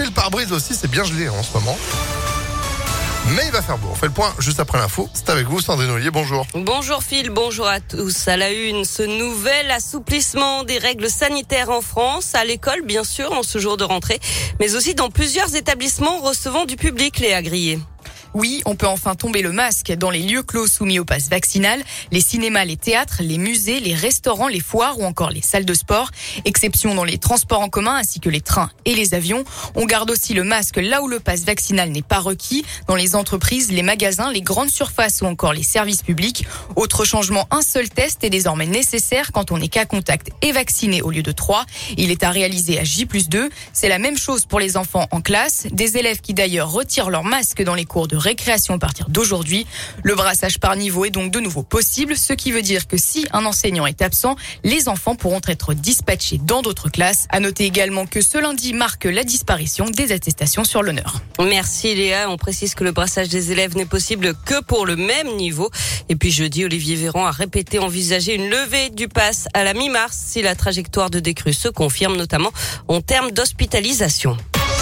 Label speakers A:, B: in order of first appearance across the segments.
A: le pare-brise aussi, c'est bien gelé en ce moment. Mais il va faire beau. On fait le point juste après l'info. C'est avec vous, Sandrine Ollier. Bonjour.
B: Bonjour Phil, bonjour à tous. À la une, ce nouvel assouplissement des règles sanitaires en France, à l'école bien sûr, en ce jour de rentrée, mais aussi dans plusieurs établissements recevant du public, Léa Grillet.
C: Oui, on peut enfin tomber le masque dans les lieux clos soumis au pass vaccinal, les cinémas, les théâtres, les musées, les restaurants, les foires ou encore les salles de sport. Exception dans les transports en commun ainsi que les trains et les avions. On garde aussi le masque là où le pass vaccinal n'est pas requis, dans les entreprises, les magasins, les grandes surfaces ou encore les services publics. Autre changement, un seul test est désormais nécessaire quand on est cas contact et vacciné au lieu de 3. Il est à réaliser à J+2. C'est la même chose pour les enfants en classe. Des élèves qui d'ailleurs retirent leur masque dans les cours de récréation à partir d'aujourd'hui. Le brassage par niveau est donc de nouveau possible, ce qui veut dire que si un enseignant est absent, les enfants pourront être dispatchés dans d'autres classes. À noter également que ce lundi marque la disparition des attestations sur l'honneur.
B: Merci Léa. On précise que le brassage des élèves n'est possible que pour le même niveau. Et puis jeudi, Olivier Véran a répété envisager une levée du pass à la mi-mars si la trajectoire de décrue se confirme, notamment en termes d'hospitalisation.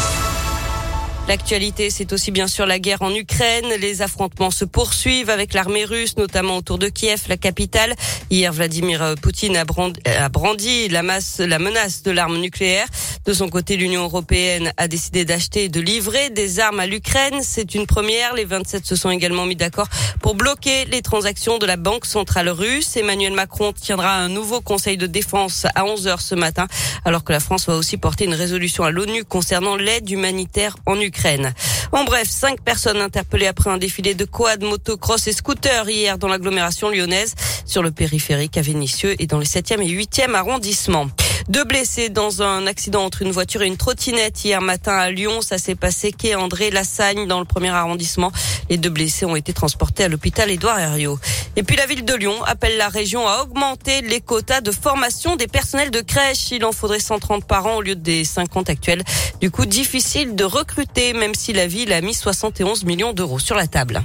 B: L'actualité, c'est aussi bien sûr la guerre en Ukraine. Les affrontements se poursuivent avec l'armée russe, notamment autour de Kiev, la capitale. Hier, Vladimir Poutine a brandi la menace de l'arme nucléaire. De son côté, l'Union européenne a décidé d'acheter et de livrer des armes à l'Ukraine. C'est une première. Les 27 se sont également mis d'accord pour bloquer les transactions de la Banque centrale russe. Emmanuel Macron tiendra un nouveau conseil de défense à 11h ce matin, alors que la France va aussi porter une résolution à l'ONU concernant l'aide humanitaire en Ukraine. En bref, 5 personnes interpellées après un défilé de quad, motocross et scooters hier dans l'agglomération lyonnaise, sur le périphérique à Vénissieux et dans les 7e et 8e arrondissements. 2 blessés dans un accident entre une voiture et une trottinette hier matin à Lyon. Ça s'est passé quai André Lassagne dans le 1er arrondissement. Les 2 blessés ont été transportés à l'hôpital Édouard Herriot. Et puis la ville de Lyon appelle la région à augmenter les quotas de formation des personnels de crèche. Il en faudrait 130 par an au lieu des 50 actuels. Du coup, difficile de recruter, même si la ville a mis 71 millions d'euros sur la table.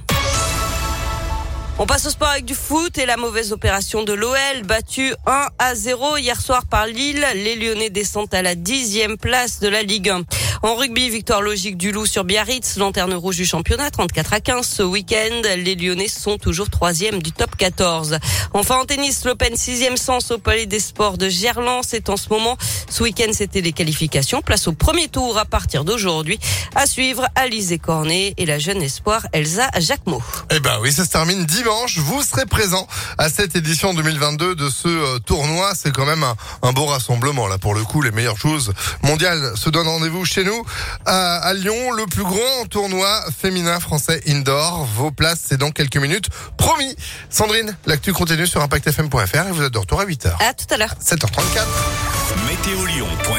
B: On passe au sport avec du foot et la mauvaise opération de l'OL, battu 1-0 hier soir par Lille. Les Lyonnais descendent à la 10e place de la Ligue 1. En rugby, victoire logique du Loup sur Biarritz, lanterne rouge du championnat, 34-15 ce week-end. Les Lyonnais sont toujours 3e du top 14. Enfin en tennis, l'Open 6e sens au Palais des Sports de Gerland. C'est en ce moment. Ce week-end, c'était les qualifications. Place au premier tour à partir d'aujourd'hui. À suivre, Alizé Cornet et la jeune espoir Elsa Jacquemot.
A: Eh ben oui, ça se termine dimanche. Vous serez présent à cette édition 2022 de ce tournoi. C'est quand même un beau rassemblement. Là, pour le coup, les meilleures choses mondiales se donnent rendez-vous chez nous à Lyon. Le plus grand tournoi féminin français indoor. Vos places, c'est dans quelques minutes. Promis. Sandrine, l'actu continue sur ImpactFM.fr et vous êtes de retour à 8h.
B: À tout à l'heure.
A: 7h34.
D: Météo Lyon.